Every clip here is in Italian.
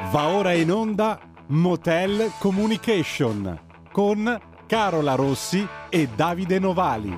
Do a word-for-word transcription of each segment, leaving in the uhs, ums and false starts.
Va ora in onda Motel Communication con Carola Rossi e Davide Novali.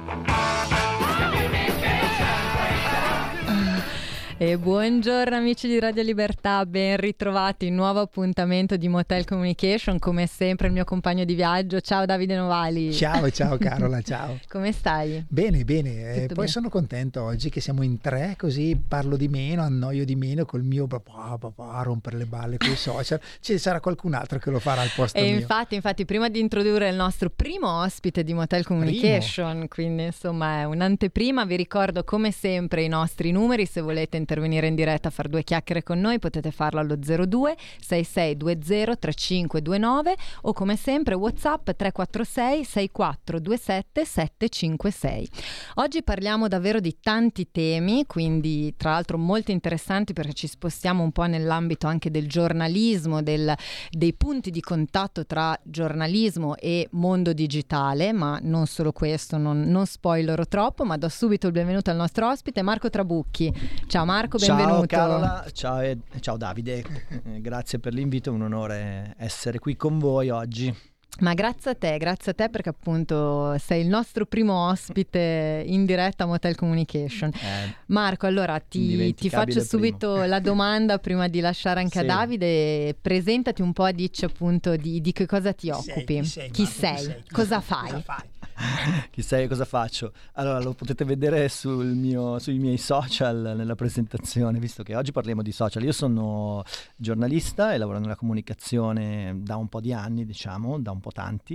E buongiorno amici di Radio Libertà, ben ritrovati, nuovo appuntamento di Motel Communication, come sempre il mio compagno di viaggio. Ciao Davide Novali. Ciao, ciao Carola, ciao. Come stai? Bene, bene, eh, poi bene. Sono contento oggi che siamo in tre, così parlo di meno, annoio di meno col mio papà, papà a rompere le balle con i social. Ci sarà qualcun altro che lo farà al posto e mio. infatti, infatti, prima di introdurre il nostro primo ospite di Motel Communication, primo. Quindi insomma è un'anteprima, vi ricordo come sempre i nostri numeri, se volete intervenire in diretta a far due chiacchiere con noi potete farlo allo zero due sei sei due zero tre cinque due nove o come sempre WhatsApp tre quattro sei sei quattro due sette sette cinque sei. Oggi parliamo davvero di tanti temi, quindi tra l'altro molto interessanti perché ci spostiamo un po' nell'ambito anche del giornalismo, del, dei punti di contatto tra giornalismo e mondo digitale, ma non solo questo, non, non spoilerò troppo, ma do subito il benvenuto al nostro ospite Marco Trabucchi. Ciao Marco, benvenuto. Ciao Carola, ciao, e, ciao Davide, eh, grazie per l'invito, è un onore essere qui con voi oggi. Ma grazie a te, grazie a te perché appunto sei il nostro primo ospite in diretta a Motel Communication. Eh, Marco, allora ti, ti faccio subito primo. la domanda prima di lasciare anche sì. a Davide. Presentati un po' e dici appunto di, di che cosa ti chi occupi. Sei, chi, sei, sei? chi sei? Cosa chi fai? Cosa fai? Chi sei e cosa faccio? Allora lo potete vedere sul mio, sui miei social nella presentazione, visto che oggi parliamo di social. Io sono giornalista e lavoro nella comunicazione da un po' di anni, diciamo, da un po' tanti,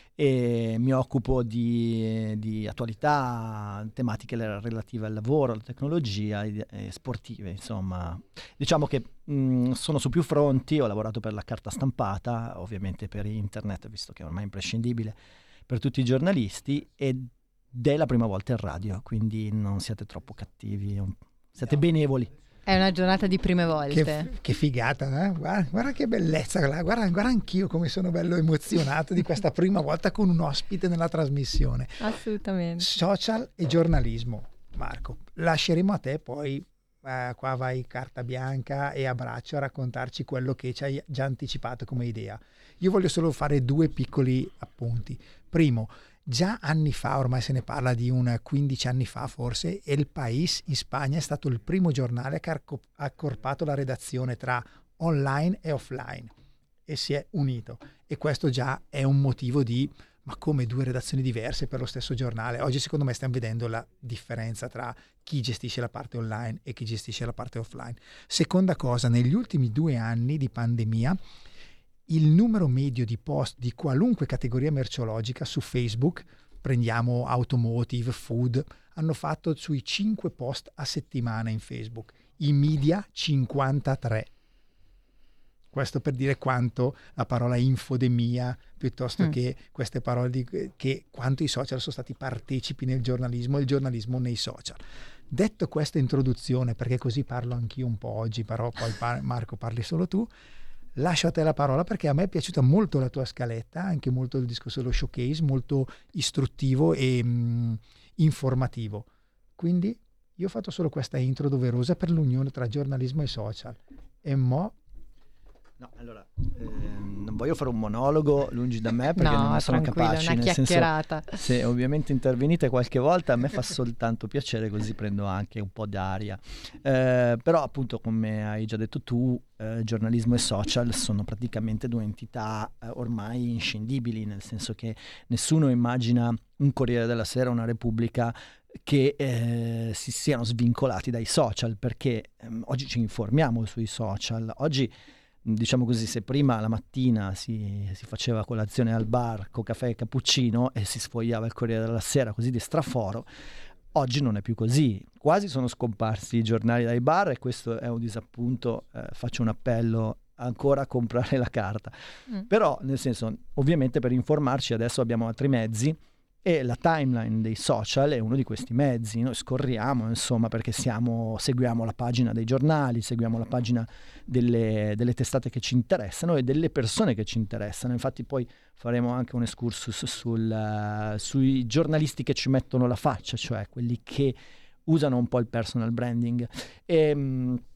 e mi occupo di, di attualità, tematiche relative al lavoro, alla tecnologia e, e sportive, insomma. Diciamo che mh, sono su più fronti, ho lavorato per la carta stampata, ovviamente per internet, visto che è ormai imprescindibile per tutti i giornalisti, ed è la prima volta in radio, quindi non siate troppo cattivi, siete no. benevoli. È una giornata di prime volte. Che, che figata, eh? guarda, guarda che bellezza, guarda, guarda anch'io come sono bello emozionato di questa prima volta con un ospite nella trasmissione. Assolutamente. Social e giornalismo, Marco, lasceremo a te poi, eh, qua vai carta bianca e a braccio a raccontarci quello che ci hai già anticipato come idea. Io voglio solo fare due piccoli appunti. Primo, già anni fa, ormai se ne parla di un quindici anni fa forse, El País in Spagna è stato il primo giornale che ha accorpato la redazione tra online e offline e si è unito. E questo già è un motivo di, ma come due redazioni diverse per lo stesso giornale? Oggi secondo me stiamo vedendo la differenza tra chi gestisce la parte online e chi gestisce la parte offline. Seconda cosa, negli ultimi due anni di pandemia il numero medio di post di qualunque categoria merceologica su Facebook, prendiamo automotive, food, hanno fatto sui cinque post a settimana in Facebook, i media cinquantatré. Questo per dire quanto la parola infodemia, piuttosto mm. che queste parole di, che quanto i social sono stati partecipi nel giornalismo e il giornalismo nei social. Detto questa introduzione, perché così parlo anch'io un po' oggi, però poi par- Marco parli solo tu, lascio a te la parola perché a me è piaciuta molto la tua scaletta, anche molto il discorso dello showcase, molto istruttivo e mh, informativo. Quindi io ho fatto solo questa intro doverosa per l'unione tra giornalismo e social. E mo... No, allora, ehm, non voglio fare un monologo lungi da me perché no, non sono capace, una nel chiacchierata. senso, se ovviamente intervenite qualche volta a me fa soltanto piacere, così prendo anche un po' d'aria, eh, però appunto come hai già detto tu, eh, giornalismo e social sono praticamente due entità eh, ormai inscindibili, nel senso che nessuno immagina un Corriere della Sera, una Repubblica che eh, si siano svincolati dai social, perché ehm, oggi ci informiamo sui social, oggi diciamo così, se prima la mattina si, si faceva colazione al bar con caffè e cappuccino e si sfogliava il Corriere della Sera così di straforo, oggi non è più così, quasi sono scomparsi i giornali dai bar e questo è un disappunto, eh, faccio un appello ancora a comprare la carta, mm. però nel senso, ovviamente per informarci adesso abbiamo altri mezzi e la timeline dei social è uno di questi mezzi. Noi scorriamo, insomma, perché siamo, seguiamo la pagina dei giornali, seguiamo la pagina delle, delle testate che ci interessano e delle persone che ci interessano. Infatti poi faremo anche un excursus sul, uh, sui giornalisti che ci mettono la faccia, cioè quelli che usano un po' il personal branding. E,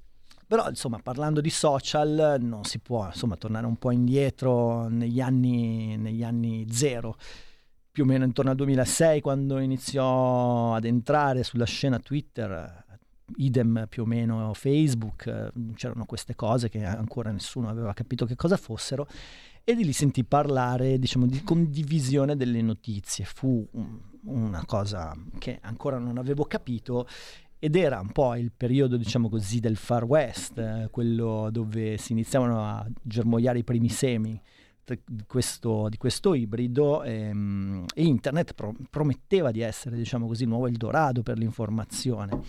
Però insomma, parlando di social, non si può insomma tornare un po' indietro negli anni, negli anni zero, più o meno intorno al duemilasei, quando iniziò ad entrare sulla scena Twitter, idem più o meno Facebook, c'erano queste cose che ancora nessuno aveva capito che cosa fossero, e li sentì parlare, diciamo, di condivisione delle notizie. Fu un, una cosa che ancora non avevo capito, ed era un po' il periodo, diciamo così, del Far West, eh, quello dove si iniziavano a germogliare i primi semi di questo, di questo ibrido, ehm, e internet pro- prometteva di essere, diciamo così, il nuovo Eldorado per l'informazione.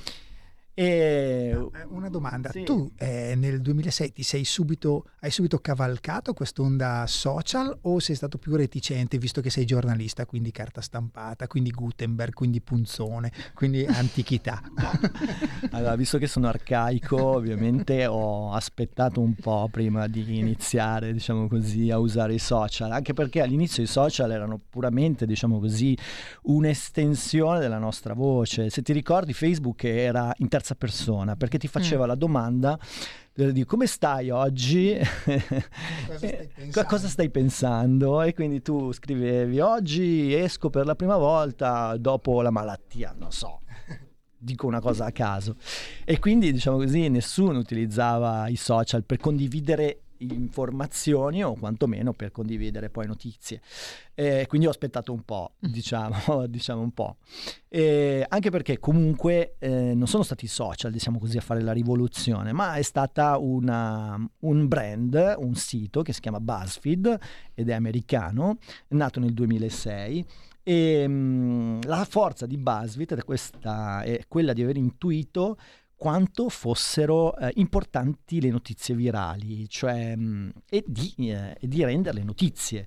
E... Una domanda, sì. tu eh, nel duemilasei ti sei subito, hai subito cavalcato quest'onda social, o sei stato più reticente, visto che sei giornalista, quindi carta stampata, quindi Gutenberg, quindi punzone, quindi antichità? Allora, visto che sono arcaico, ovviamente ho aspettato un po' prima di iniziare, diciamo così, a usare i social, anche perché all'inizio i social erano puramente, diciamo così, un'estensione della nostra voce. Se ti ricordi, Facebook era in terza persona, perché ti faceva mm. la domanda di come stai oggi, cosa stai, cosa stai pensando, e quindi tu scrivevi oggi esco per la prima volta dopo la malattia, non so, dico una cosa a caso, e quindi, diciamo così, nessuno utilizzava i social per condividere informazioni, o quantomeno per condividere poi notizie, eh, quindi ho aspettato un po', diciamo, diciamo un po', eh, anche perché comunque eh, non sono stati i social, diciamo così, a fare la rivoluzione, ma è stata una, un brand, un sito che si chiama BuzzFeed ed è americano, è nato nel duemilasei. E mh, la forza di BuzzFeed è, questa, è quella di aver intuito quanto fossero eh, importanti le notizie virali, cioè mh, e, di, eh, e di renderle notizie.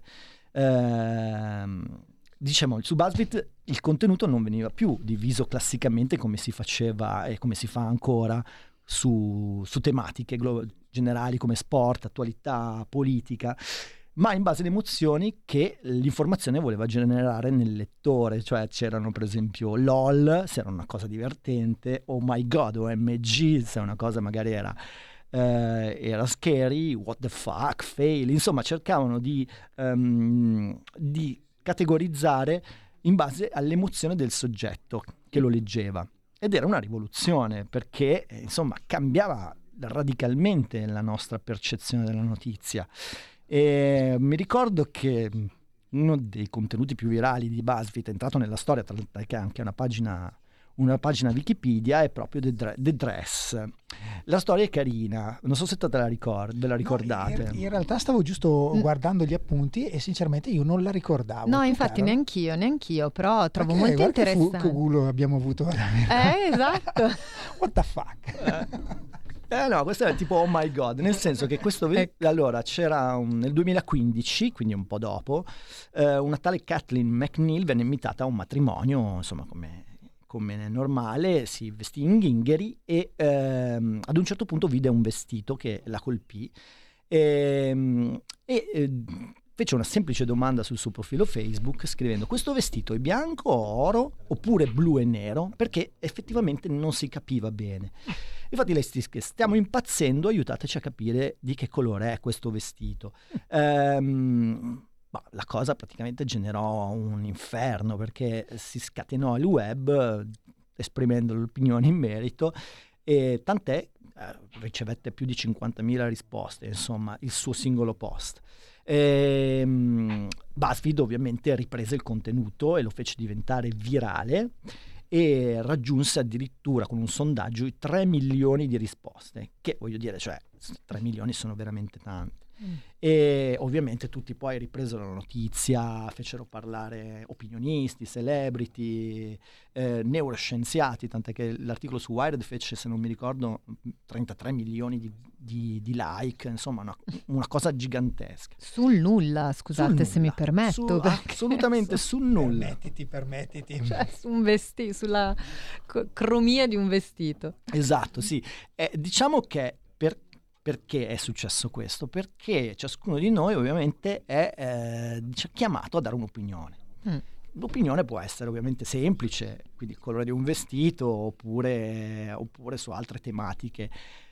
Eh, diciamo, su BuzzFeed il contenuto non veniva più diviso classicamente come si faceva e come si fa ancora su, su tematiche glo- generali come sport, attualità, politica, ma in base alle emozioni che l'informazione voleva generare nel lettore. Cioè c'erano per esempio LOL, se era una cosa divertente, oh my god, O M G, se una cosa magari era, eh, era scary, what the fuck, fail, insomma cercavano di, um, di categorizzare in base all'emozione del soggetto che lo leggeva, ed era una rivoluzione perché insomma cambiava radicalmente la nostra percezione della notizia. E mi ricordo che uno dei contenuti più virali di BuzzFeed è entrato nella storia, perché anche una pagina, una pagina Wikipedia, è proprio The, Dre- The Dress. La storia è carina, non so se te la ricord- ve la ricordate. No, in, in realtà stavo giusto guardando gli appunti e sinceramente io non la ricordavo. No, tu, infatti Caro? neanch'io, neanch'io, però trovo Perché, molto interessante. Che culo abbiamo avuto veramente. Eh, esatto. What the fuck? Eh. Eh no, questo è tipo oh my god, nel senso che questo ve- allora c'era un, nel duemilaquindici, quindi un po' dopo, eh, una tale Kathleen McNeil venne invitata a un matrimonio, insomma come, come è normale, si vestì in ghingheri e ehm, ad un certo punto vide un vestito che la colpì e, e eh, fece una semplice domanda sul suo profilo Facebook scrivendo: questo vestito è bianco o oro oppure blu e nero? Perché effettivamente non si capiva bene. Infatti lei scrisse: stiamo impazzendo, aiutateci a capire di che colore è questo vestito. Ehm, ma la cosa praticamente generò un inferno, perché si scatenò il web esprimendo l'opinione in merito, e tant'è eh, ricevette più di cinquantamila risposte, insomma, il suo singolo post. Ehm, BuzzFeed ovviamente riprese il contenuto e lo fece diventare virale, e raggiunse addirittura con un sondaggio i tre milioni di risposte, che voglio dire, cioè tre milioni sono veramente tanti. Mm. E ovviamente tutti poi ripresero la notizia, fecero parlare opinionisti, celebrity, eh, neuroscienziati, tant'è che l'articolo su Wired fece, se non mi ricordo, trentatré milioni di, di, di like, insomma una, una cosa gigantesca. Sul nulla, scusate sul se nulla. Mi permetto. Su, assolutamente sul nulla. Permettiti, permettiti. Cioè su un vestito, sulla c- cromia di un vestito. Esatto, sì. Eh, diciamo che per Perché è successo questo? Perché ciascuno di noi ovviamente è eh, chiamato a dare un'opinione. Mm. L'opinione può essere ovviamente semplice, quindi il colore di un vestito, oppure, oppure su altre tematiche.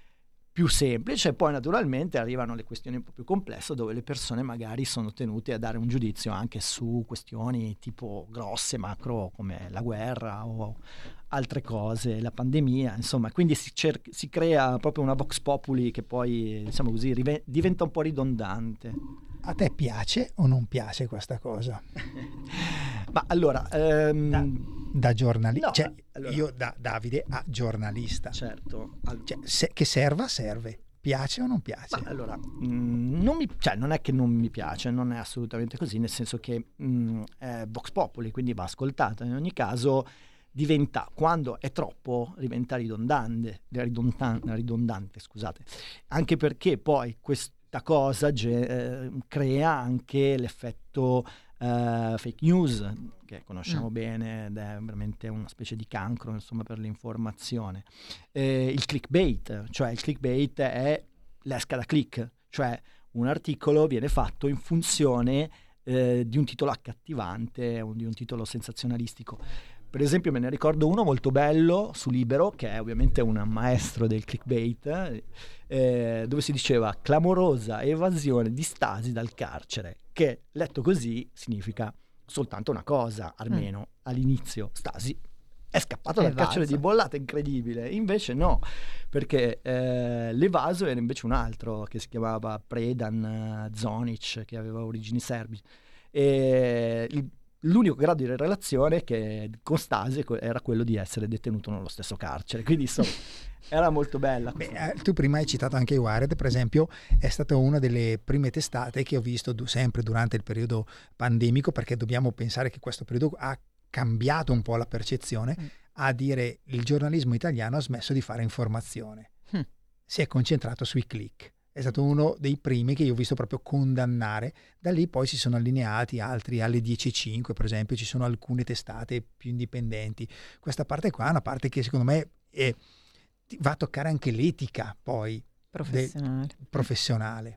più semplice, e poi naturalmente arrivano le questioni un po' più complesse, dove le persone magari sono tenute a dare un giudizio anche su questioni tipo grosse, macro, come la guerra o altre cose, la pandemia, insomma, quindi si, cer- si crea proprio una vox populi che poi, diciamo così, rive- diventa un po' ridondante. A te piace o non piace questa cosa? Ma allora... Um... Da, da giornalista, no, cioè, allora... io da Davide a giornalista. Certo. All... Cioè, se, che serva, serve. Piace o non piace? Ma allora, mh, non, mi, cioè, non è che non mi piace, non è assolutamente così, nel senso che mh, è vox populi, quindi va ascoltata. In ogni caso diventa, quando è troppo, diventa ridondante, ridondante, ridondante scusate. Anche perché poi questa cosa ge- eh, crea anche l'effetto Uh, fake news, che conosciamo mm. bene, ed è veramente una specie di cancro, insomma, per l'informazione. Eh, il clickbait, cioè il clickbait è l'esca da click, cioè un articolo viene fatto in funzione eh, di un titolo accattivante o di un titolo sensazionalistico. Per esempio me ne ricordo uno molto bello su Libero, che è ovviamente un maestro del clickbait, eh, dove si diceva clamorosa evasione di Stasi dal carcere, che letto così significa soltanto una cosa, almeno mm. all'inizio. Stasi è scappato dal carcere di Bollate, incredibile. Invece no, perché eh, l'evaso era invece un altro, che si chiamava Predan Zonic, che aveva origini serbi. E il L'unico grado di relazione che con Stasi era quello di essere detenuto nello stesso carcere, quindi insomma era molto bella. Beh, eh, tu prima hai citato anche Wired, per esempio, è stata una delle prime testate che ho visto du- sempre durante il periodo pandemico, perché dobbiamo pensare che questo periodo ha cambiato un po' la percezione, mm. a dire il giornalismo italiano ha smesso di fare informazione, mm. si è concentrato sui click. È stato uno dei primi che io ho visto proprio condannare. Da lì poi si sono allineati altri, alle dieci e cinque per esempio ci sono alcune testate più indipendenti. Questa parte qua è una parte che secondo me è, va a toccare anche l'etica poi professionale. De, professionale.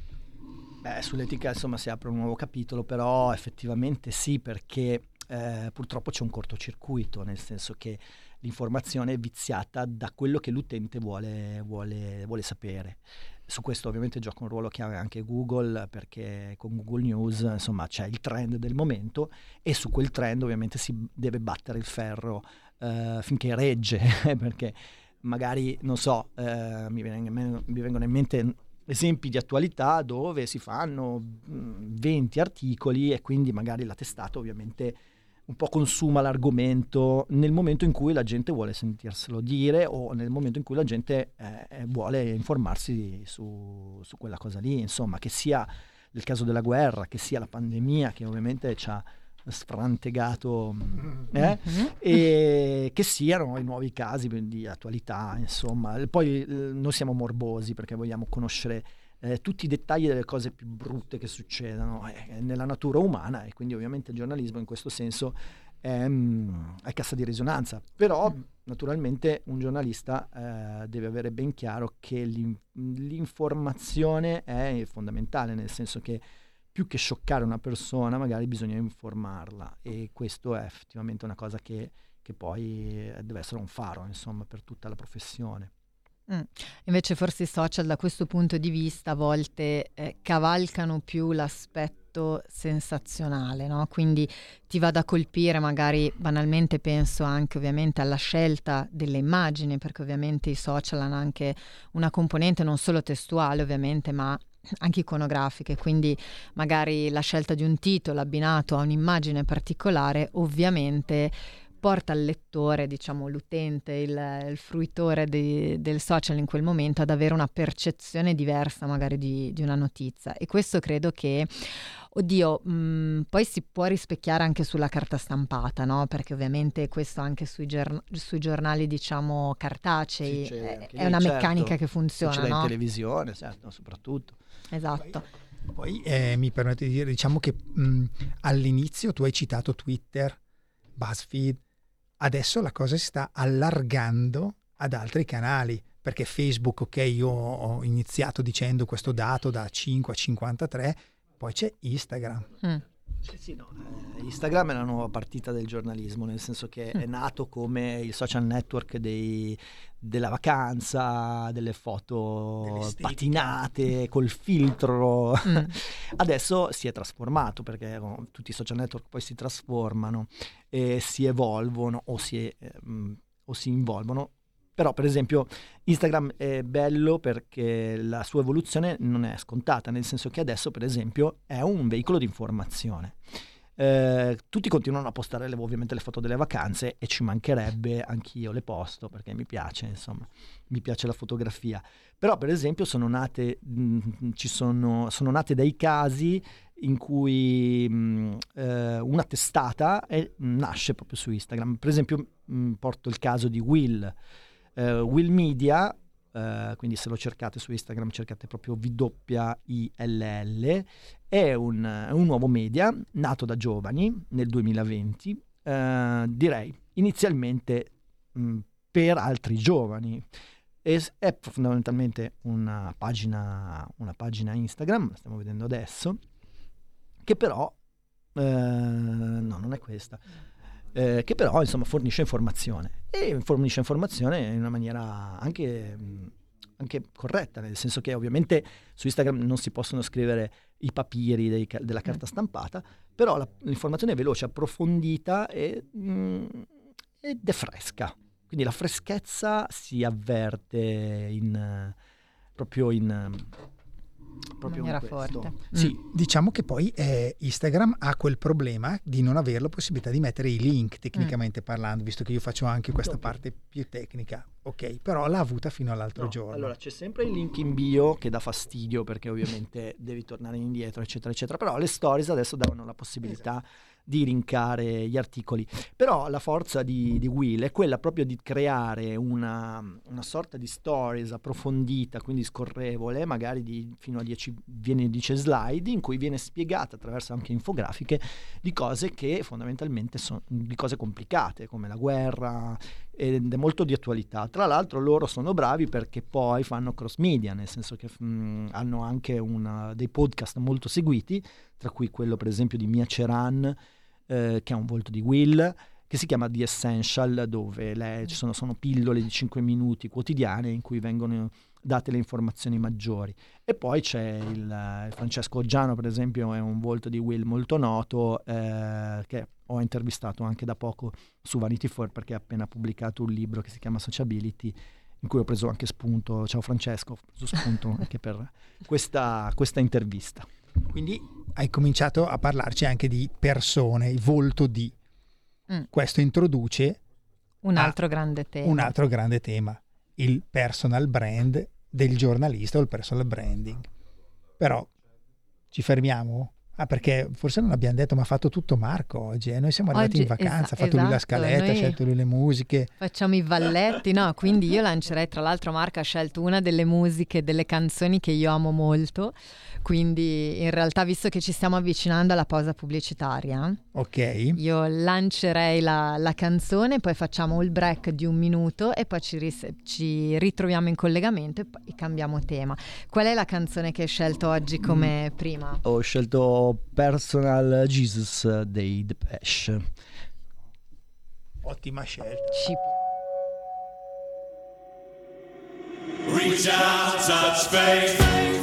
Beh, sull'etica insomma si apre un nuovo capitolo, però effettivamente sì, perché eh, purtroppo c'è un cortocircuito, nel senso che l'informazione è viziata da quello che l'utente vuole, vuole, vuole sapere. Su questo ovviamente gioca un ruolo chiave anche Google, perché con Google News insomma c'è il trend del momento e su quel trend ovviamente si deve battere il ferro eh, finché regge, perché magari, non so, eh, mi, viene, mi vengono in mente esempi di attualità dove si fanno venti articoli e quindi magari la testata ovviamente un po' consuma l'argomento nel momento in cui la gente vuole sentirselo dire o nel momento in cui la gente eh, vuole informarsi su, su quella cosa lì, insomma, che sia il caso della guerra, che sia la pandemia che ovviamente ci ha sfrantegato eh, mm-hmm. e che siano i nuovi casi di attualità, insomma. Poi eh, noi siamo morbosi perché vogliamo conoscere Eh, tutti i dettagli delle cose più brutte che succedono eh, nella natura umana, e quindi ovviamente il giornalismo in questo senso è, mm, è cassa di risonanza, però mm. naturalmente un giornalista eh, deve avere ben chiaro che l'in- l'informazione è fondamentale, nel senso che più che scioccare una persona magari bisogna informarla, e questo è effettivamente una cosa che, che poi deve essere un faro, insomma, per tutta la professione. Mm. Invece forse i social da questo punto di vista a volte eh, cavalcano più l'aspetto sensazionale, no? Quindi ti va da colpire, magari banalmente penso anche ovviamente alla scelta delle immagini, perché ovviamente i social hanno anche una componente non solo testuale ovviamente, ma anche iconografiche, quindi magari la scelta di un titolo abbinato a un'immagine particolare ovviamente porta il lettore, diciamo l'utente, il, il fruitore di, del social in quel momento ad avere una percezione diversa magari di, di una notizia, e questo credo che, oddio, mh, poi si può rispecchiare anche sulla carta stampata, no? Perché ovviamente questo anche sui, giorn- sui giornali diciamo cartacei sì, è, è lì, una certo, meccanica che funziona, succede no? in televisione, certo, soprattutto. Esatto. Poi, poi eh, mi permette di dire, diciamo che mh, all'inizio tu hai citato Twitter, BuzzFeed. Adesso la cosa si sta allargando ad altri canali, perché Facebook, ok, io ho iniziato dicendo questo dato da cinque a cinquantatré, poi c'è Instagram. Mm. Sì, sì, no. eh, Instagram è la nuova partita del giornalismo, nel senso che è nato come il social network dei, della vacanza, delle foto patinate col filtro. Mm. Adesso si è trasformato, perché oh, tutti i social network poi si trasformano e si evolvono o si, eh, o si involvono. Però per esempio Instagram è bello perché la sua evoluzione non è scontata, nel senso che adesso per esempio è un veicolo di informazione. Eh, tutti continuano a postare le, ovviamente le foto delle vacanze, e ci mancherebbe, anch'io le posto perché mi piace, insomma, mi piace la fotografia. Però per esempio sono nate, mh, ci sono, sono nate dei casi in cui mh, eh, una testata è, nasce proprio su Instagram. Per esempio mh, porto il caso di Will. Uh, Will Media, uh, quindi se lo cercate su Instagram cercate proprio V W I L L, è un, un nuovo media nato da giovani nel duemilaventi, uh, direi inizialmente mh, per altri giovani. E, è fondamentalmente una pagina, una pagina Instagram, la stiamo vedendo adesso, che però uh, no, non è questa. Eh, che però insomma fornisce informazione e fornisce informazione in una maniera anche, anche corretta, nel senso che ovviamente su Instagram non si possono scrivere i papiri dei, della carta stampata, però la, l'informazione è veloce, approfondita e, mm, ed è fresca, quindi la freschezza si avverte in, proprio in proprio in maniera questo. forte. Sì, mm. diciamo che poi eh, Instagram ha quel problema di non avere la possibilità di mettere i link, tecnicamente mm. parlando, visto che io faccio anche questa parte più tecnica. Ok, però l'ha avuta fino all'altro no, giorno. Allora c'è sempre il link in bio che dà fastidio, perché ovviamente devi tornare indietro, eccetera, eccetera. Però le stories adesso davano la possibilità esatto. di linkare gli articoli. Però la forza di, di Will è quella proprio di creare una, una sorta di stories approfondita, quindi scorrevole, magari di fino a dieci, viene, dice slide, in cui viene spiegata attraverso anche infografiche di cose che fondamentalmente sono di cose complicate, come la guerra, ed è molto di attualità. Tra l'altro loro sono bravi perché poi fanno cross media, nel senso che mh, hanno anche una, dei podcast molto seguiti, tra cui quello per esempio di Mia Ceran, eh, che ha un volto di Will, che si chiama The Essential, dove lei, ci sono, sono pillole di cinque minuti quotidiane in cui vengono date le informazioni maggiori. E poi c'è il, il Francesco Oggiano, per esempio, è un volto di Will molto noto, eh, che ho intervistato anche da poco su Vanity Fair, perché ha appena pubblicato un libro che si chiama Sociability, in cui ho preso anche spunto, ciao Francesco, ho preso spunto anche per questa, questa intervista. Quindi hai cominciato a parlarci anche di persone, il volto di. Mm. Questo introduce un altro grande tema. Un altro grande tema, il personal brand del giornalista o il personal branding. Però ci fermiamo? Ah, perché forse non abbiamo detto, ma ha fatto tutto Marco oggi, eh? Noi siamo arrivati oggi, in vacanza, esa- ha fatto esatto, lui la scaletta, ha scelto lui le musiche. Facciamo i valletti, no? Quindi io lancerei, tra l'altro Marco ha scelto una delle musiche, delle canzoni che io amo molto, quindi in realtà, visto che ci stiamo avvicinando alla pausa pubblicitaria, ok, io lancerei la, la canzone, poi facciamo il break di un minuto e poi ci, ris- ci ritroviamo in collegamento e poi cambiamo tema. Qual è la canzone che hai scelto oggi come mm. prima? Ho scelto Personal Jesus dei Depeche. Ottima scelta. Ci... Reach out, touch faith.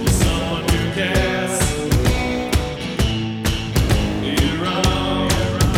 You're wrong.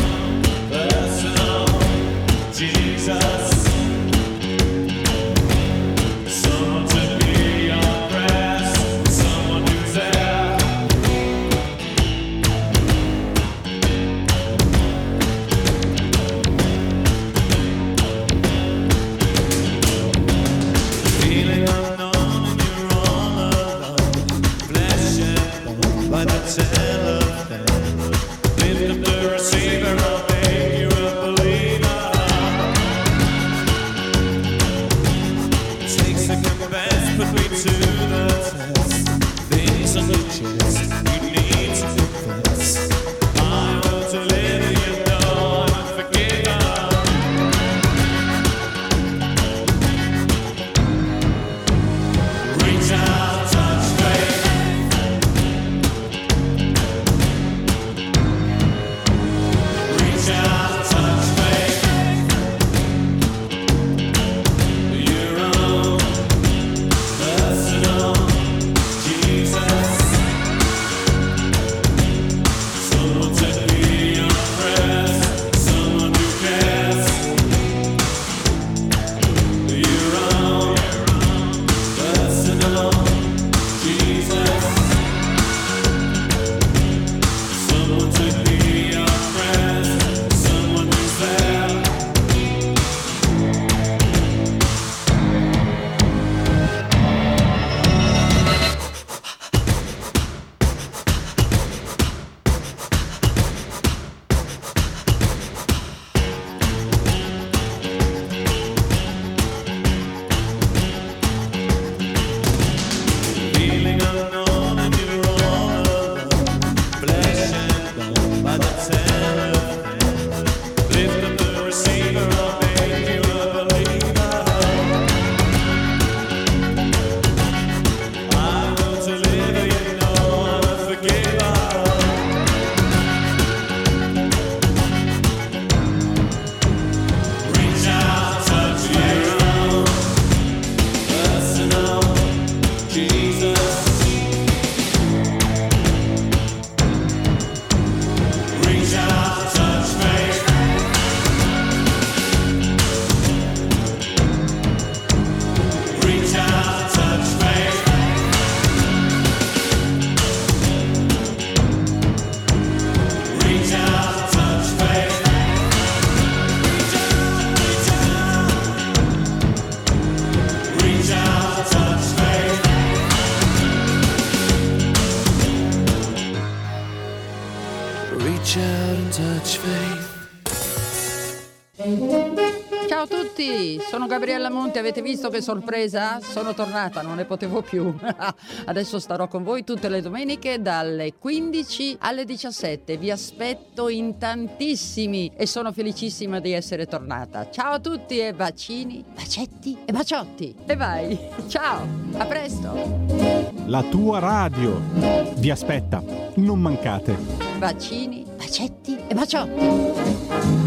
Ciao a tutti, sono Gabriella Monti, avete visto che sorpresa? Sono tornata, non ne potevo più. Adesso starò con voi tutte le domeniche dalle quindici alle diciassette, vi aspetto in tantissimi e sono felicissima di essere tornata. Ciao a tutti e bacini, bacetti e baciotti. E vai, ciao, a presto. La tua radio vi aspetta, non mancate. Bacini, bacetti e baciotti.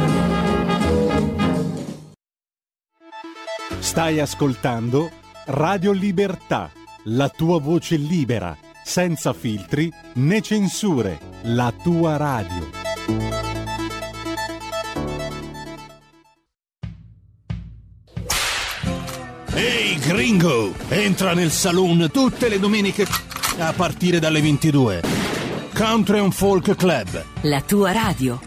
Stai ascoltando Radio Libertà, la tua voce libera, senza filtri né censure, la tua radio. Ehi gringo, entra nel saloon tutte le domeniche a partire dalle ventidue. Country and Folk Club, la tua radio.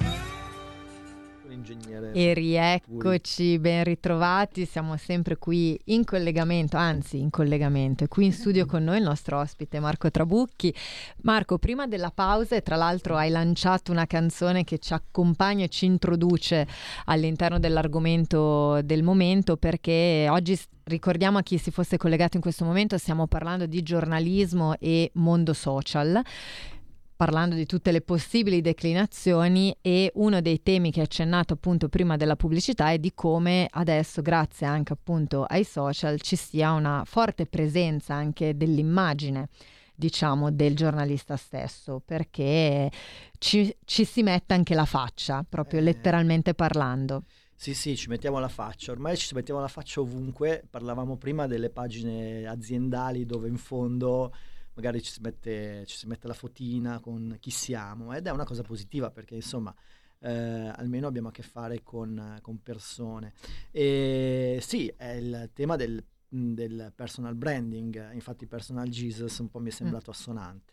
E rieccoci, ben ritrovati, siamo sempre qui in collegamento, anzi in collegamento, e qui in studio con noi il nostro ospite Marco Trabucchi. Marco, prima della pausa, e tra l'altro hai lanciato una canzone che ci accompagna e ci introduce all'interno dell'argomento del momento, perché oggi ricordiamo a chi si fosse collegato in questo momento, stiamo parlando di giornalismo e mondo social, parlando di tutte le possibili declinazioni, e uno dei temi che hai accennato appunto prima della pubblicità è di come adesso, grazie anche appunto ai social, ci sia una forte presenza anche dell'immagine, diciamo, del giornalista stesso, perché ci, ci si mette anche la faccia, proprio eh, letteralmente parlando. Sì, sì, ci mettiamo la faccia, ormai ci mettiamo la faccia ovunque. Parlavamo prima delle pagine aziendali dove in fondo magari ci si mette, ci si mette la fotina con chi siamo, ed è una cosa positiva perché insomma eh, almeno abbiamo a che fare con, con persone. E sì, è il tema del, del personal branding, infatti personal Jesus un po' mi è sembrato assonante.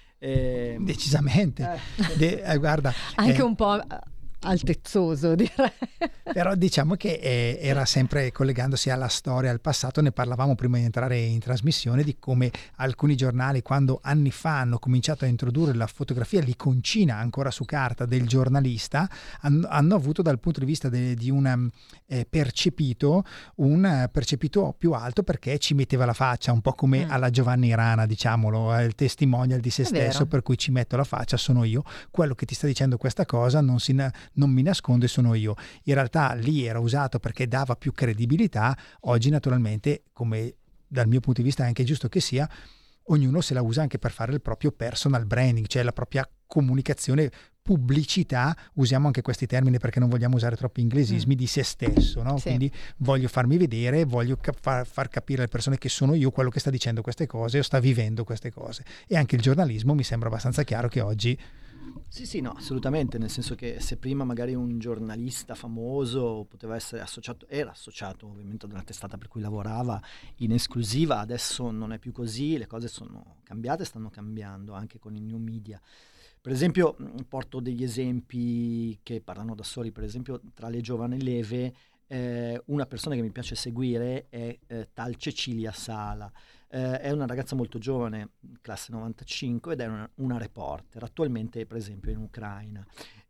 E, decisamente eh. De, eh, guarda, anche eh, un po' altezzoso, direi. Però diciamo che eh, era sempre collegandosi alla storia, al passato. Ne parlavamo prima di entrare in trasmissione di come alcuni giornali, quando anni fa hanno cominciato a introdurre la fotografia l'iconcina ancora su carta del giornalista, hanno, hanno avuto dal punto di vista de, di un eh, percepito un percepito più alto, perché ci metteva la faccia, un po' come mm. alla Giovanni Rana, diciamolo, il testimonial di se È stesso, vero. per cui ci metto la faccia, sono io, quello che ti sta dicendo questa cosa non si non mi nasconde, sono io. In realtà lì era usato perché dava più credibilità. Oggi naturalmente, come dal mio punto di vista è anche giusto che sia, ognuno se la usa anche per fare il proprio personal branding, cioè la propria comunicazione, pubblicità, usiamo anche questi termini perché non vogliamo usare troppi inglesismi, mm. di se stesso, no? Sì. Quindi voglio farmi vedere, voglio cap- far, far capire alle persone che sono io quello che sta dicendo queste cose o sta vivendo queste cose. E anche il giornalismo mi sembra abbastanza chiaro che oggi Sì, sì, no, assolutamente, nel senso che se prima magari un giornalista famoso poteva essere associato, era associato ovviamente ad una testata per cui lavorava in esclusiva, adesso non è più così, le cose sono cambiate, stanno cambiando anche con i new media. Per esempio, porto degli esempi che parlano da soli, per esempio tra le giovani leve, eh, una persona che mi piace seguire è eh, tal Cecilia Sala. Eh, è una ragazza molto giovane, classe novantacinque, ed è una, una reporter, attualmente per esempio in Ucraina,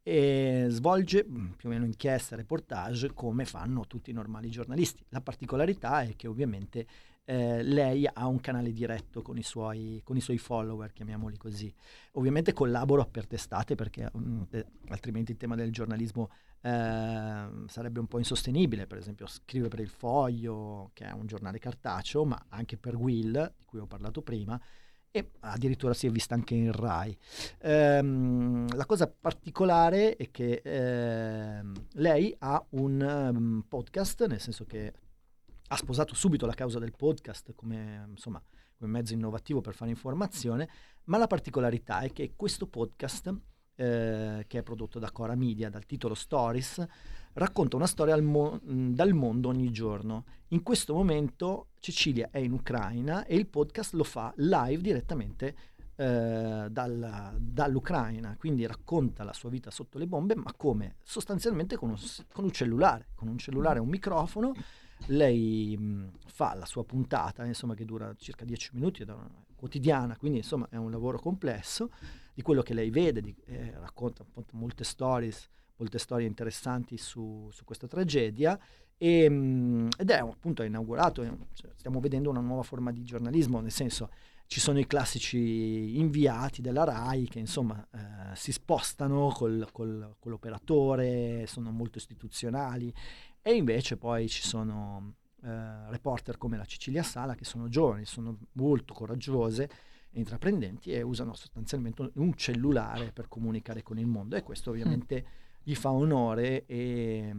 e svolge più o meno inchieste, reportage come fanno tutti i normali giornalisti. La particolarità è che ovviamente eh, lei ha un canale diretto con i suoi, con i suoi follower, chiamiamoli così. Ovviamente collaboro per testate perché mh, eh, altrimenti il tema del giornalismo eh, sarebbe un po' insostenibile. Per esempio scrive per Il Foglio, che è un giornale cartaceo, ma anche per Will, di cui ho parlato prima, e addirittura si è vista anche in Rai. Ehm, la cosa particolare è che ehm, lei ha un um, podcast, nel senso che ha sposato subito la causa del podcast come, insomma, come mezzo innovativo per fare informazione, ma la particolarità è che questo podcast, eh, che è prodotto da Cora Media, dal titolo Stories, racconta una storia al mo- dal mondo ogni giorno. In questo momento Cecilia è in Ucraina e il podcast lo fa live direttamente eh, dal, dall'Ucraina, quindi racconta la sua vita sotto le bombe, ma come? Sostanzialmente con un, con un cellulare, con un cellulare e un microfono. Lei mh, fa la sua puntata, insomma, che dura circa dieci minuti, è quotidiana, quindi insomma è un lavoro complesso, di quello che lei vede, di, eh, racconta appunto molte stories, molte storie interessanti su, su questa tragedia, e, mh, ed è appunto è inaugurato, è, cioè, stiamo vedendo una nuova forma di giornalismo, nel senso ci sono i classici inviati della Rai che insomma eh, si spostano col, col, con l'operatore, sono molto istituzionali, e invece poi ci sono eh, reporter come la Cecilia Sala, che sono giovani, sono molto coraggiose e intraprendenti e usano sostanzialmente un cellulare per comunicare con il mondo, e questo ovviamente mm. gli fa onore e,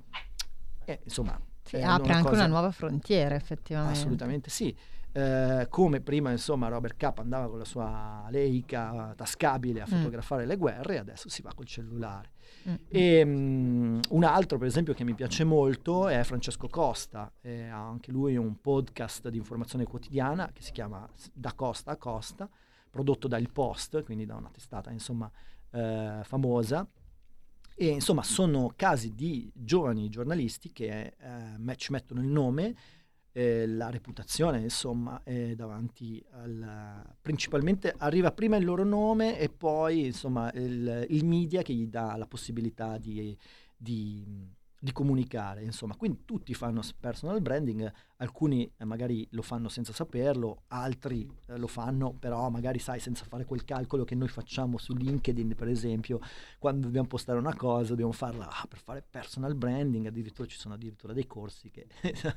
e insomma sì, apre una anche cosa... una nuova frontiera, effettivamente. Assolutamente sì. Eh, come prima insomma Robert Capa andava con la sua Leica tascabile a fotografare mm. le guerre, adesso si va col cellulare. Mm. E um, un altro per esempio che mi piace molto è Francesco Costa, eh, ha anche lui un podcast di informazione quotidiana che si chiama Da Costa a Costa, prodotto da Il Post, quindi da una testata insomma eh, famosa, e insomma sono casi di giovani giornalisti che eh, ci mettono il nome, Eh, la reputazione insomma è davanti al, principalmente arriva prima il loro nome e poi insomma il, il media che gli dà la possibilità di, di, di comunicare, insomma, quindi tutti fanno personal branding, alcuni eh, magari lo fanno senza saperlo, altri eh, lo fanno però magari sai senza fare quel calcolo che noi facciamo su LinkedIn per esempio, quando dobbiamo postare una cosa dobbiamo farla ah, per fare personal branding, addirittura ci sono addirittura dei corsi che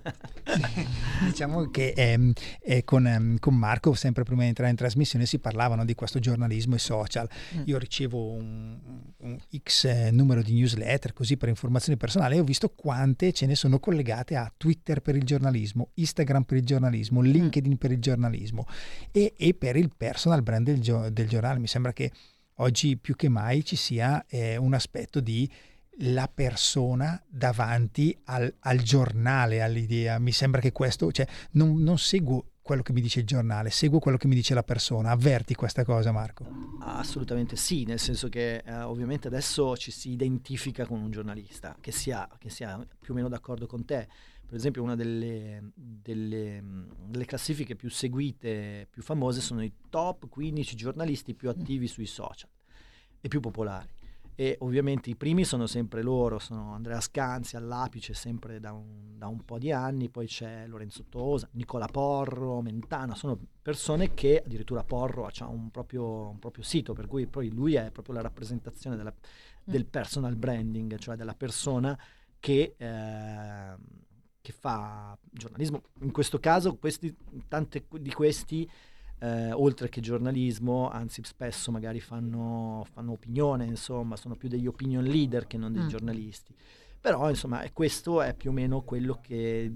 diciamo che ehm, eh, con, ehm, con Marco sempre prima di entrare in trasmissione si parlavano di questo giornalismo e social. mm. Io ricevo un, un X eh, numero di newsletter così per informazioni personali e ho visto quante ce ne sono collegate a Twitter per il giornalismo, Instagram per il giornalismo, LinkedIn per il giornalismo e, e per il personal brand del, gio- del giornale. Mi sembra che oggi più che mai ci sia eh, un aspetto di la persona davanti al, al giornale, all'idea. Mi sembra che questo, cioè non, non seguo quello che mi dice il giornale, seguo quello che mi dice la persona. Avverti questa cosa, Marco? Assolutamente sì, nel senso che eh, ovviamente adesso ci si identifica con un giornalista che sia, che sia più o meno d'accordo con te. Per esempio una delle, delle, delle classifiche più seguite, più famose, sono i top quindici giornalisti più attivi sui social e più popolari. E ovviamente i primi sono sempre loro, sono Andrea Scanzi all'apice sempre da un, da un po' di anni, poi c'è Lorenzo Tosa, Nicola Porro, Mentana, sono persone che addirittura Porro ha un proprio, un proprio sito, per cui poi lui è proprio la rappresentazione della, del personal branding, cioè della persona che, eh, che fa giornalismo. In questo caso questi, tante di questi Eh, oltre che giornalismo, anzi spesso magari fanno, fanno opinione, insomma sono più degli opinion leader che non dei mm. giornalisti, però insomma è, questo è più o meno quello che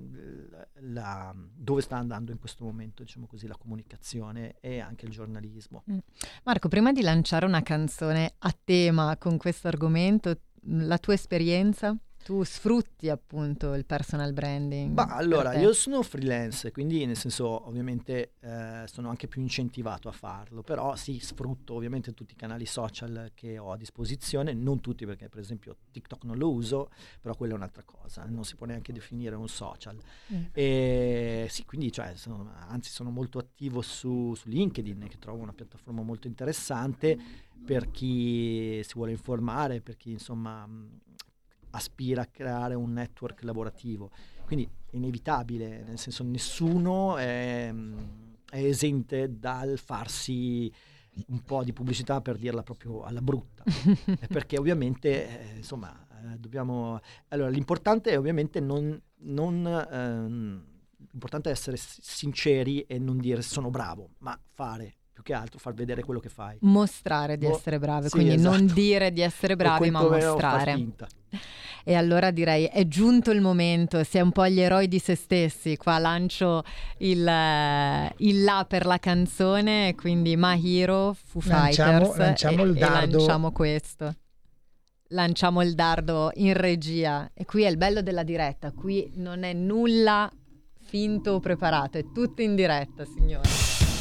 la, dove sta andando in questo momento, diciamo così, la comunicazione e anche il giornalismo. mm. Marco, prima di lanciare una canzone a tema con questo argomento, la tua esperienza? Tu sfrutti appunto il personal branding? Ma allora, io sono freelance, quindi nel senso ovviamente eh, sono anche più incentivato a farlo, però sì, sfrutto ovviamente tutti i canali social che ho a disposizione, non tutti perché per esempio TikTok non lo uso, però quella è un'altra cosa, non si può neanche definire un social. Mm. E sì, quindi cioè, sono, anzi sono molto attivo su, su LinkedIn, che trovo una piattaforma molto interessante per chi si vuole informare, per chi insomma aspira a creare un network lavorativo, quindi è inevitabile, nel senso nessuno è, è esente dal farsi un po' di pubblicità, per dirla proprio alla brutta, perché ovviamente eh, insomma eh, dobbiamo, allora l'importante è ovviamente non, non ehm, l'importante è essere sinceri e non dire sono bravo, ma fare, più che altro far vedere quello che fai, mostrare di Mo- essere bravi, sì, quindi esatto. non dire di essere bravi, ma mostrare. E allora direi è giunto il momento, si è un po' gli eroi di se stessi, qua lancio il, il là per la canzone, quindi My Hero, Foo Lanciamo- Fighters, lanciamo e, il dardo. e lanciamo questo. Lanciamo il dardo in regia, e qui è il bello della diretta, qui non è nulla finto o preparato, è tutto in diretta, signore.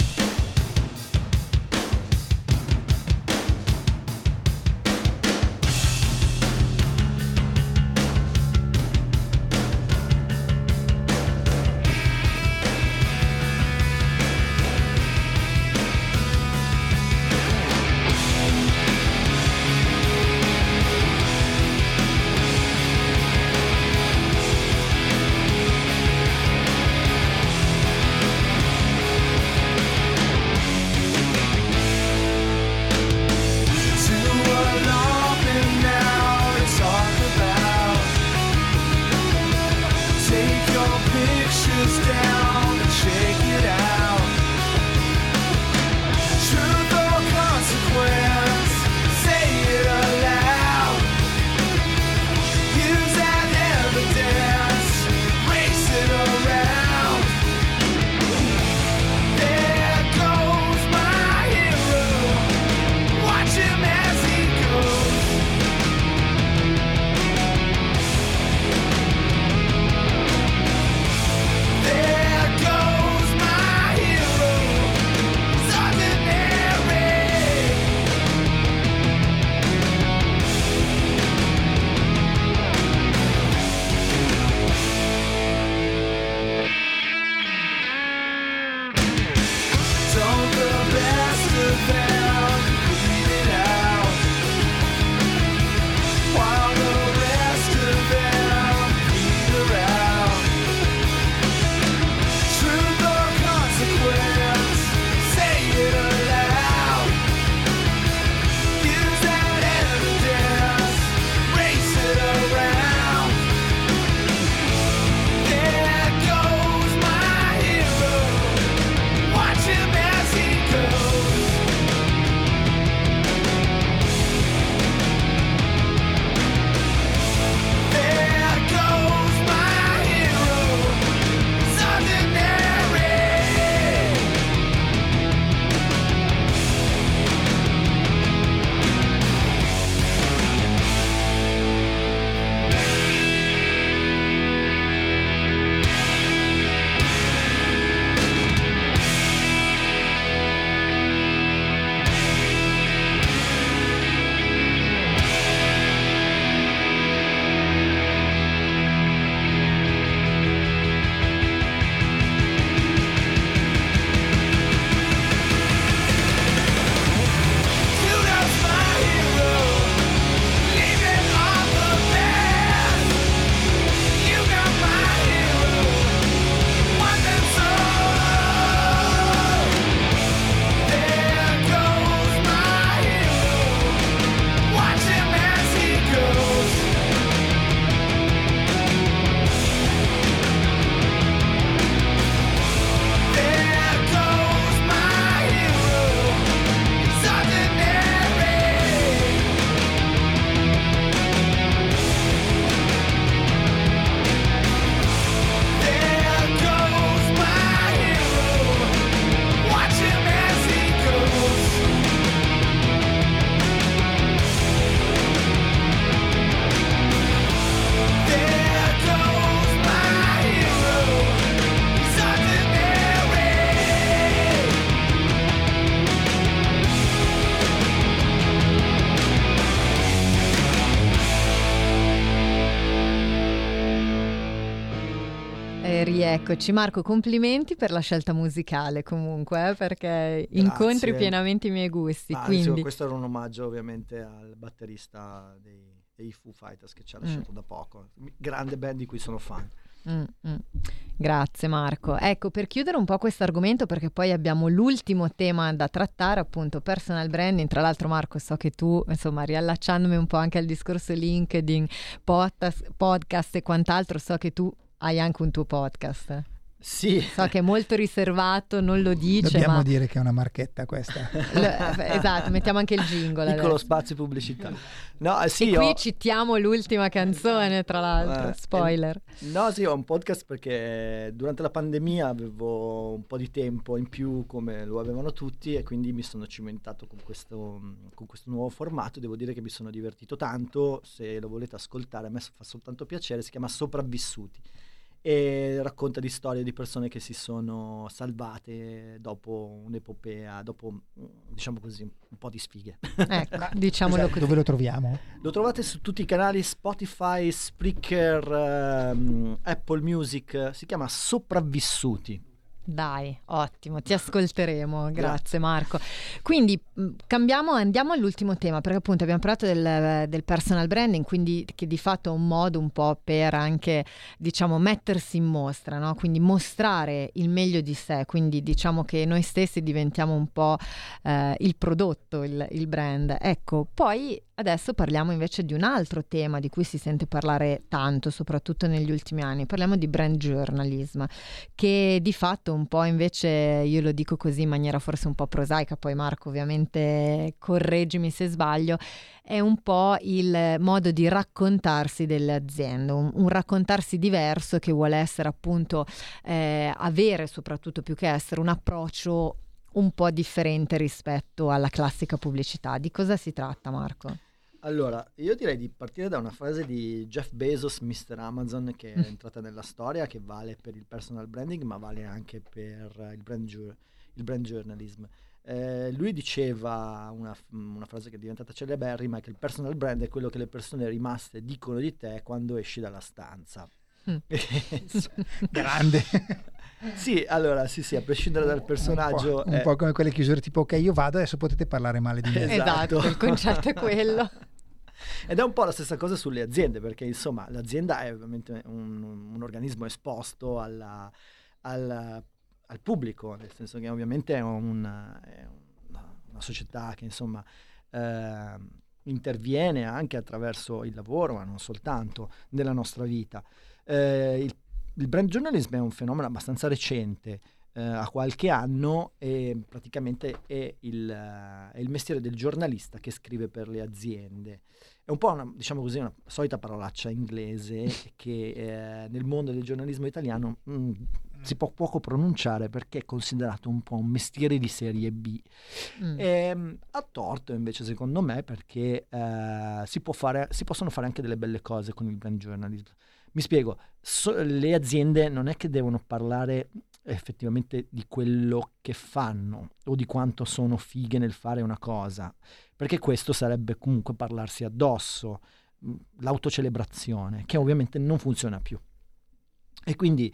Rieccoci. Marco, complimenti per la scelta musicale comunque, eh, perché Grazie. Incontri pienamente i miei gusti. Ah, quindi... Questo era un omaggio ovviamente al batterista dei, e i Foo Fighters che ci ha lasciato mm. da poco, grande band di cui sono fan. Mm, mm. Grazie Marco. Ecco, per chiudere un po' questo argomento, perché poi abbiamo l'ultimo tema da trattare, appunto personal branding. Tra l'altro Marco, so che tu, insomma, riallacciandomi un po' anche al discorso LinkedIn, podcast, podcast e quant'altro, so che tu hai anche un tuo podcast. Sì. So che è molto riservato, non lo dice. Dobbiamo ma... dire che è una marchetta questa. Lo, esatto, mettiamo anche il jingle. Piccolo adesso. spazio pubblicità. No, eh, sì, e qui ho... citiamo l'ultima canzone, tra l'altro, eh, spoiler. Eh, no, sì, ho un podcast perché durante la pandemia avevo un po' di tempo in più come lo avevano tutti e quindi mi sono cimentato con questo, con questo nuovo formato. Devo dire che mi sono divertito tanto, se lo volete ascoltare a me fa soltanto piacere, si chiama Sopravvissuti. E racconta di storie di persone che si sono salvate dopo un'epopea, dopo, diciamo così, un po' di sfighe. Ecco, diciamolo Esatto, così. dove lo troviamo? Lo trovate su tutti i canali Spotify, Spreaker, um, Apple Music, si chiama Sopravvissuti. Dai, ottimo, ti ascolteremo, grazie Marco. Quindi cambiamo, andiamo all'ultimo tema, perché appunto abbiamo parlato del, del personal branding, quindi che di fatto è un modo un po' per anche, diciamo, mettersi in mostra, no? Quindi mostrare il meglio di sé, quindi diciamo che noi stessi diventiamo un po' eh, il prodotto, il, il brand. Ecco, poi adesso parliamo invece di un altro tema di cui si sente parlare tanto, soprattutto negli ultimi anni. Parliamo di brand journalism, che di fatto un po' invece, io lo dico così in maniera forse un po' prosaica, poi Marco ovviamente correggimi se sbaglio, è un po' il modo di raccontarsi delle aziende, un, un raccontarsi diverso che vuole essere appunto eh, avere soprattutto più che essere un approccio un po' differente rispetto alla classica pubblicità. Di cosa si tratta, Marco? Allora, io direi di partire da una frase di Jeff Bezos, mister Amazon, che è entrata nella storia, che vale per il personal branding, ma vale anche per il brand, ju- il brand journalism. Eh, lui diceva una, una frase che è diventata celeberrima, che il personal brand è quello che le persone rimaste dicono di te quando esci dalla stanza. Mm. Grande. Sì, allora sì sì, a prescindere dal personaggio un po', un è... po' come quelle chiusure tipo ok io vado adesso potete parlare male di me. Esatto, il concetto è quello. Ed è un po' la stessa cosa sulle aziende, perché insomma l'azienda è ovviamente un, un organismo esposto alla, alla, al pubblico, nel senso che ovviamente è, un, è una, una società che insomma eh, interviene anche attraverso il lavoro, ma non soltanto, nella nostra vita. Eh, il Il brand journalism è un fenomeno abbastanza recente, eh, ha qualche anno, e praticamente è il, uh, è il mestiere del giornalista che scrive per le aziende. È un po' una, diciamo così, una solita parolaccia inglese che eh, nel mondo del giornalismo italiano mh, si può poco pronunciare perché è considerato un po' un mestiere di serie B. Mm. E, a torto invece secondo me perché eh, si, può fare, si possono fare anche delle belle cose con il brand journalism. Mi spiego, so, le aziende non è che devono parlare effettivamente di quello che fanno o di quanto sono fighe nel fare una cosa, perché questo sarebbe comunque parlarsi addosso, l'autocelebrazione, che ovviamente non funziona più. E quindi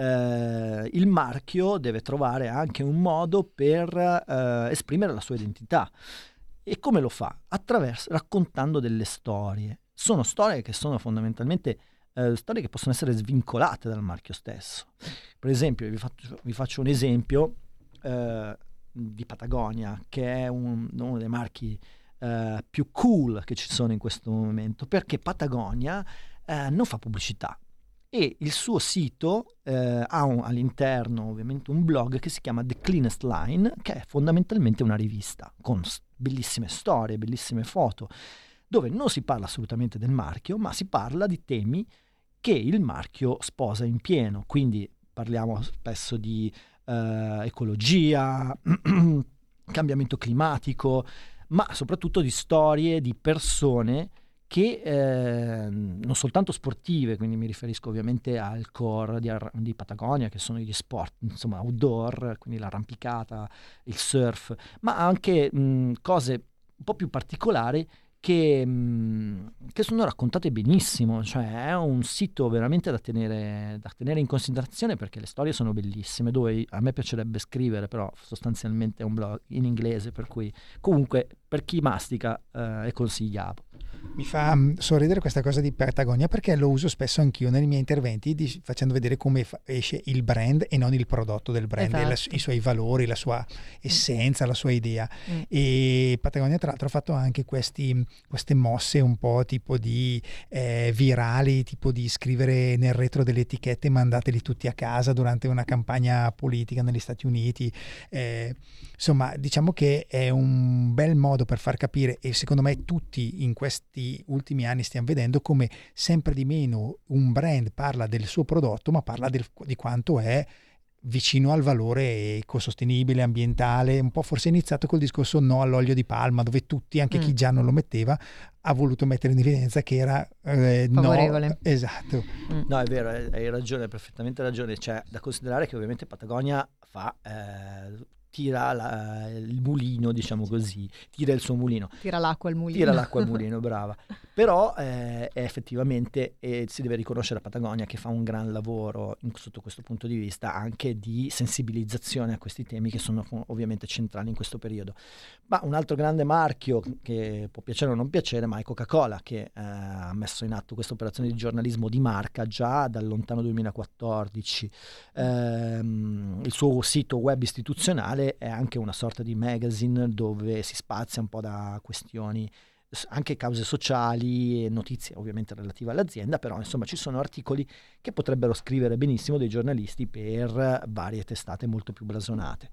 eh, il marchio deve trovare anche un modo per eh, esprimere la sua identità. E come lo fa? Attraverso, raccontando delle storie. Sono storie che sono fondamentalmente Uh, storie che possono essere svincolate dal marchio stesso. Per esempio, vi faccio, vi faccio un esempio uh, di Patagonia, che è un, uno dei marchi uh, più cool che ci sono in questo momento, perché Patagonia uh, non fa pubblicità e il suo sito uh, ha un, all'interno ovviamente un blog che si chiama The Cleanest Line, che è fondamentalmente una rivista con bellissime storie, bellissime foto, dove non si parla assolutamente del marchio, ma si parla di temi che il marchio sposa in pieno. Quindi parliamo spesso di eh, ecologia, cambiamento climatico, ma soprattutto di storie di persone che eh, non soltanto sportive, quindi mi riferisco ovviamente al core di, di Patagonia, che sono gli sport, insomma outdoor, quindi l'arrampicata, il surf, ma anche mh, cose un po' più particolari che, mh, che sono raccontate benissimo, cioè è un sito veramente da tenere, da tenere in considerazione, perché le storie sono bellissime, dove a me piacerebbe scrivere, però sostanzialmente è un blog in inglese, per cui comunque per chi mastica eh, è consigliato. Mi fa um, sorridere questa cosa di Patagonia, perché lo uso spesso anch'io nei miei interventi, di, facendo vedere come fa, esce il brand e non il prodotto del brand, esatto. la, i suoi valori, la sua essenza, mm. la sua idea. Mm. E Patagonia tra l'altro ha fatto anche questi, queste mosse un po' tipo di eh, virali, tipo di scrivere nel retro delle etichette, mandateli tutti a casa durante una campagna politica negli Stati Uniti. Eh, insomma, diciamo che è un bel modo per far capire, e secondo me tutti in questi ultimi anni stiamo vedendo come sempre di meno un brand parla del suo prodotto, ma parla del, di quanto è vicino al valore ecosostenibile, ambientale. Un po' forse è iniziato col discorso no all'olio di palma, dove tutti, anche mm. chi già non lo metteva, ha voluto mettere in evidenza che era eh, favorevole. No, esatto. Mm. No, è vero, hai ragione, hai perfettamente ragione. C'è da considerare che ovviamente Patagonia fa eh, tira la, il mulino, diciamo così, tira il suo mulino. Tira l'acqua al mulino. Tira l'acqua al mulino, brava. Però eh, effettivamente eh, si deve riconoscere a Patagonia che fa un gran lavoro in, sotto questo punto di vista, anche di sensibilizzazione a questi temi che sono ovviamente centrali in questo periodo. Ma un altro grande marchio che può piacere o non piacere, ma è Coca-Cola, che eh, ha messo in atto questa operazione di giornalismo di marca già dal lontano duemilaquattordici. Eh, il suo sito web istituzionale è anche una sorta di magazine dove si spazia un po' da questioni, anche cause sociali e notizie ovviamente relative all'azienda, però insomma ci sono articoli che potrebbero scrivere benissimo dei giornalisti per varie testate molto più blasonate.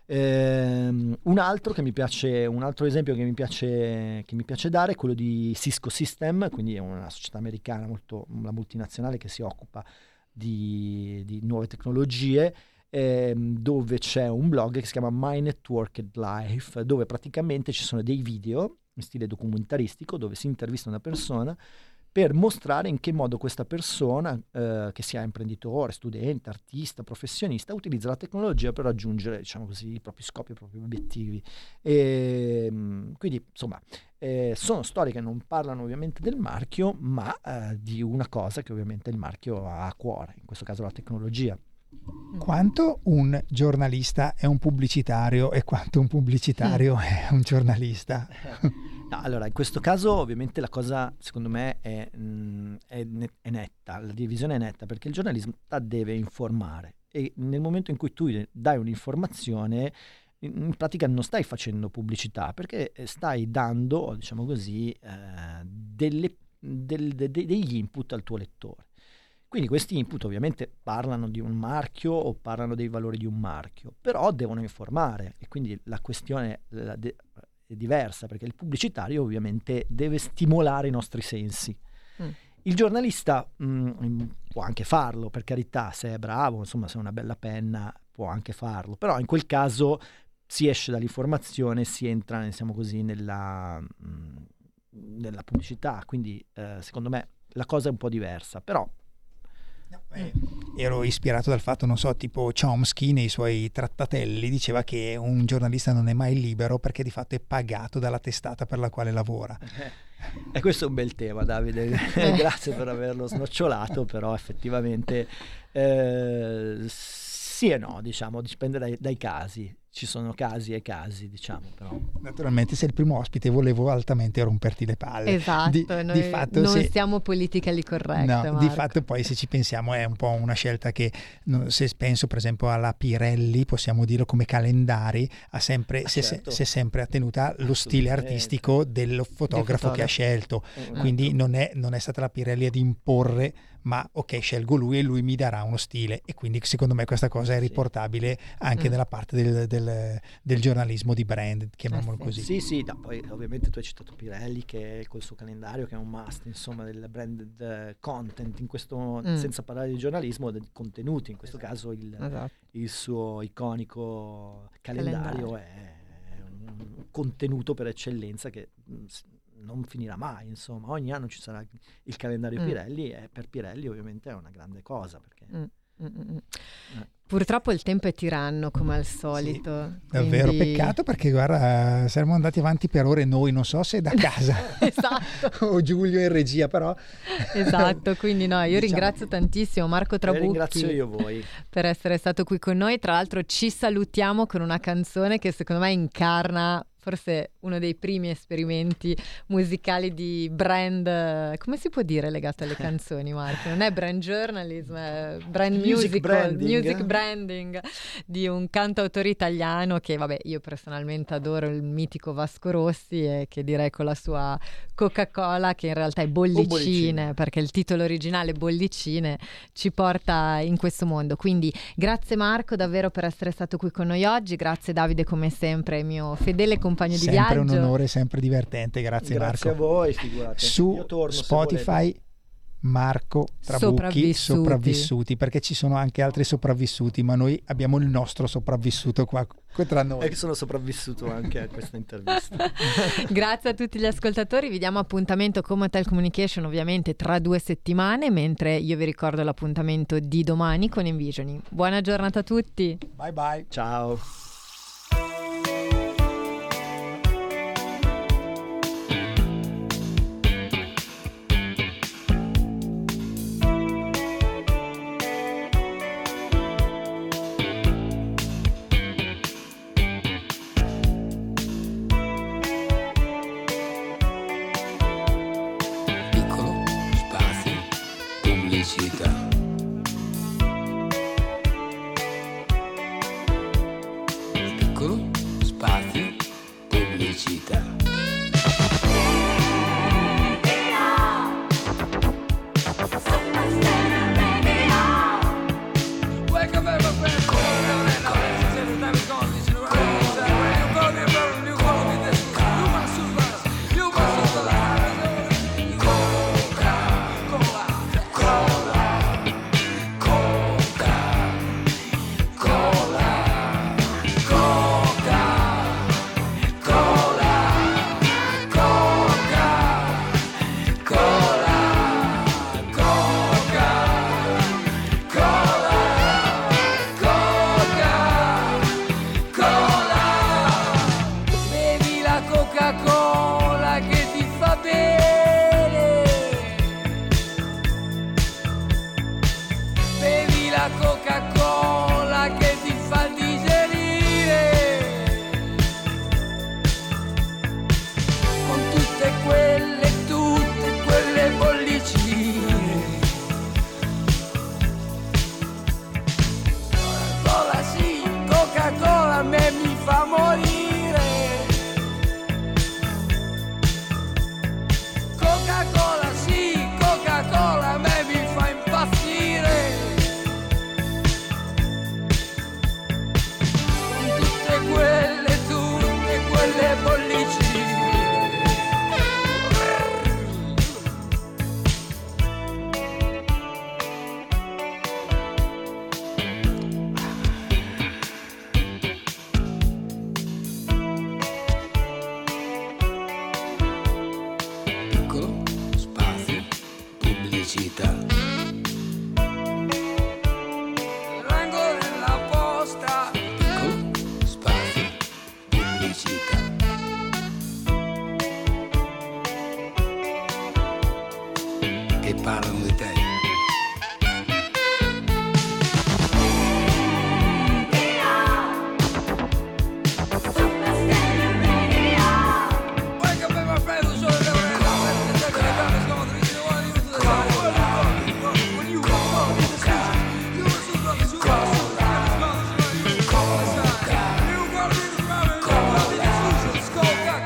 Um, un altro che mi piace, un altro esempio che mi piace, che mi piace dare è quello di Cisco System, quindi è una società americana, molto, una multinazionale che si occupa di, di nuove tecnologie, ehm, dove c'è un blog che si chiama My Networked Life, dove praticamente ci sono dei video in stile documentaristico dove si intervista una persona per mostrare in che modo questa persona, eh, che sia imprenditore, studente, artista, professionista, utilizza la tecnologia per raggiungere, diciamo così, i propri scopi, i propri obiettivi. E, quindi, insomma, eh, sono storie che non parlano ovviamente del marchio, ma eh, di una cosa che ovviamente il marchio ha a cuore, in questo caso la tecnologia. Quanto un giornalista è un pubblicitario e quanto un pubblicitario mm. è un giornalista? No, allora, in questo caso ovviamente la cosa secondo me è, mh, è, net- è netta, la divisione è netta, perché il giornalismo deve informare e nel momento in cui tu dai un'informazione in pratica non stai facendo pubblicità, perché stai dando, diciamo così, eh, delle, del, de, de, degli input al tuo lettore. Quindi questi input ovviamente parlano di un marchio o parlano dei valori di un marchio, però devono informare, e quindi la questione la de- è diversa, perché il pubblicitario ovviamente deve stimolare i nostri sensi. Mm. Il giornalista mh, può anche farlo, per carità, se è bravo, insomma, se ha una bella penna può anche farlo, però in quel caso si esce dall'informazione, si entra, diciamo così, nella, mh, nella pubblicità, quindi eh, secondo me la cosa è un po' diversa, però No, eh, ero ispirato dal fatto, non so, tipo Chomsky nei suoi trattatelli diceva che un giornalista non è mai libero perché di fatto è pagato dalla testata per la quale lavora. Eh, e questo è un bel tema, Davide, grazie per averlo snocciolato, però effettivamente eh, sì e no, diciamo, dipende dai, dai casi. Ci sono casi e casi, diciamo, però. Naturalmente sei il primo ospite, volevo altamente romperti le palle. Esatto, di, noi di fatto, non se, siamo politically correct, no, Marco. Di fatto poi se ci pensiamo è un po' una scelta che, se penso per esempio alla Pirelli, possiamo dirlo come calendari, ha sempre, ah, si, certo. si è sempre attenuta lo stile artistico del fotografo che ha scelto, eh, quindi non è, non è stata la Pirelli ad imporre, ma ok, scelgo lui e lui mi darà uno stile, e quindi secondo me questa cosa è riportabile anche mm. nella parte del, del, del giornalismo di brand, chiamiamolo eh sì. così. Sì, sì, no, poi ovviamente tu hai citato Pirelli che col suo calendario che è un must, insomma, del branded content, in questo, mm. senza parlare di giornalismo, dei contenuti, in questo esatto. caso il, esatto. il suo iconico calendario, calendario è un contenuto per eccellenza che non finirà mai, insomma, ogni anno ci sarà il calendario mm. Pirelli, e per Pirelli ovviamente è una grande cosa, perché mm. Mm-mm. Purtroppo il tempo è tiranno come al solito. Sì, davvero quindi... peccato, perché guarda, saremmo andati avanti per ore noi, non so se da casa esatto. o Giulio in regia, però esatto, quindi no, io diciamo... ringrazio tantissimo Marco Trabucchi. Ringrazio io voi per essere stato qui con noi. Tra l'altro ci salutiamo con una canzone che secondo me incarna forse uno dei primi esperimenti musicali di brand, come si può dire legato alle canzoni, Marco? Non è brand journalism, è brand music musical, branding. music branding di un cantautore italiano che, vabbè, io personalmente adoro, il mitico Vasco Rossi, e che direi con la sua Coca-Cola, che in realtà è Bollicine, bollicine. perché il titolo originale Bollicine ci porta in questo mondo. Quindi grazie Marco davvero per essere stato qui con noi oggi, grazie Davide come sempre, mio fedele compagno di sempre viaggio. un onore, sempre divertente, grazie, grazie Marco. a voi, figurate. Su Io torno, Spotify Marco Trabucchi Sopravvissuti. sopravvissuti, perché ci sono anche altri sopravvissuti, ma noi abbiamo il nostro sopravvissuto qua tra noi. E che sono sopravvissuto anche a questa intervista. Grazie a tutti gli ascoltatori, vi diamo appuntamento con Motel Communication ovviamente tra due settimane, mentre io vi ricordo l'appuntamento di domani con Envisioning. Buona giornata a tutti. Bye bye. Ciao.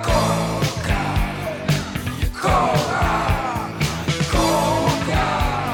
Coca, Coca,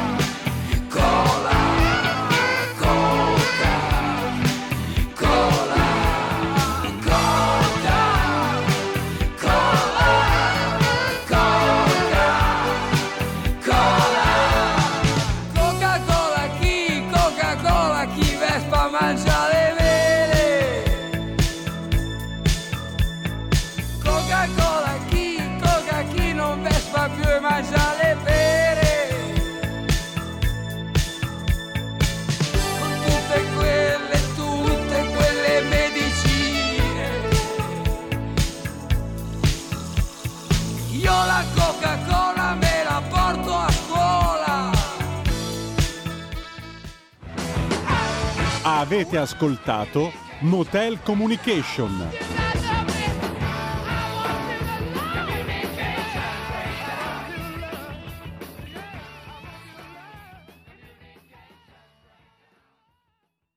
Avete ascoltato Motel Communication.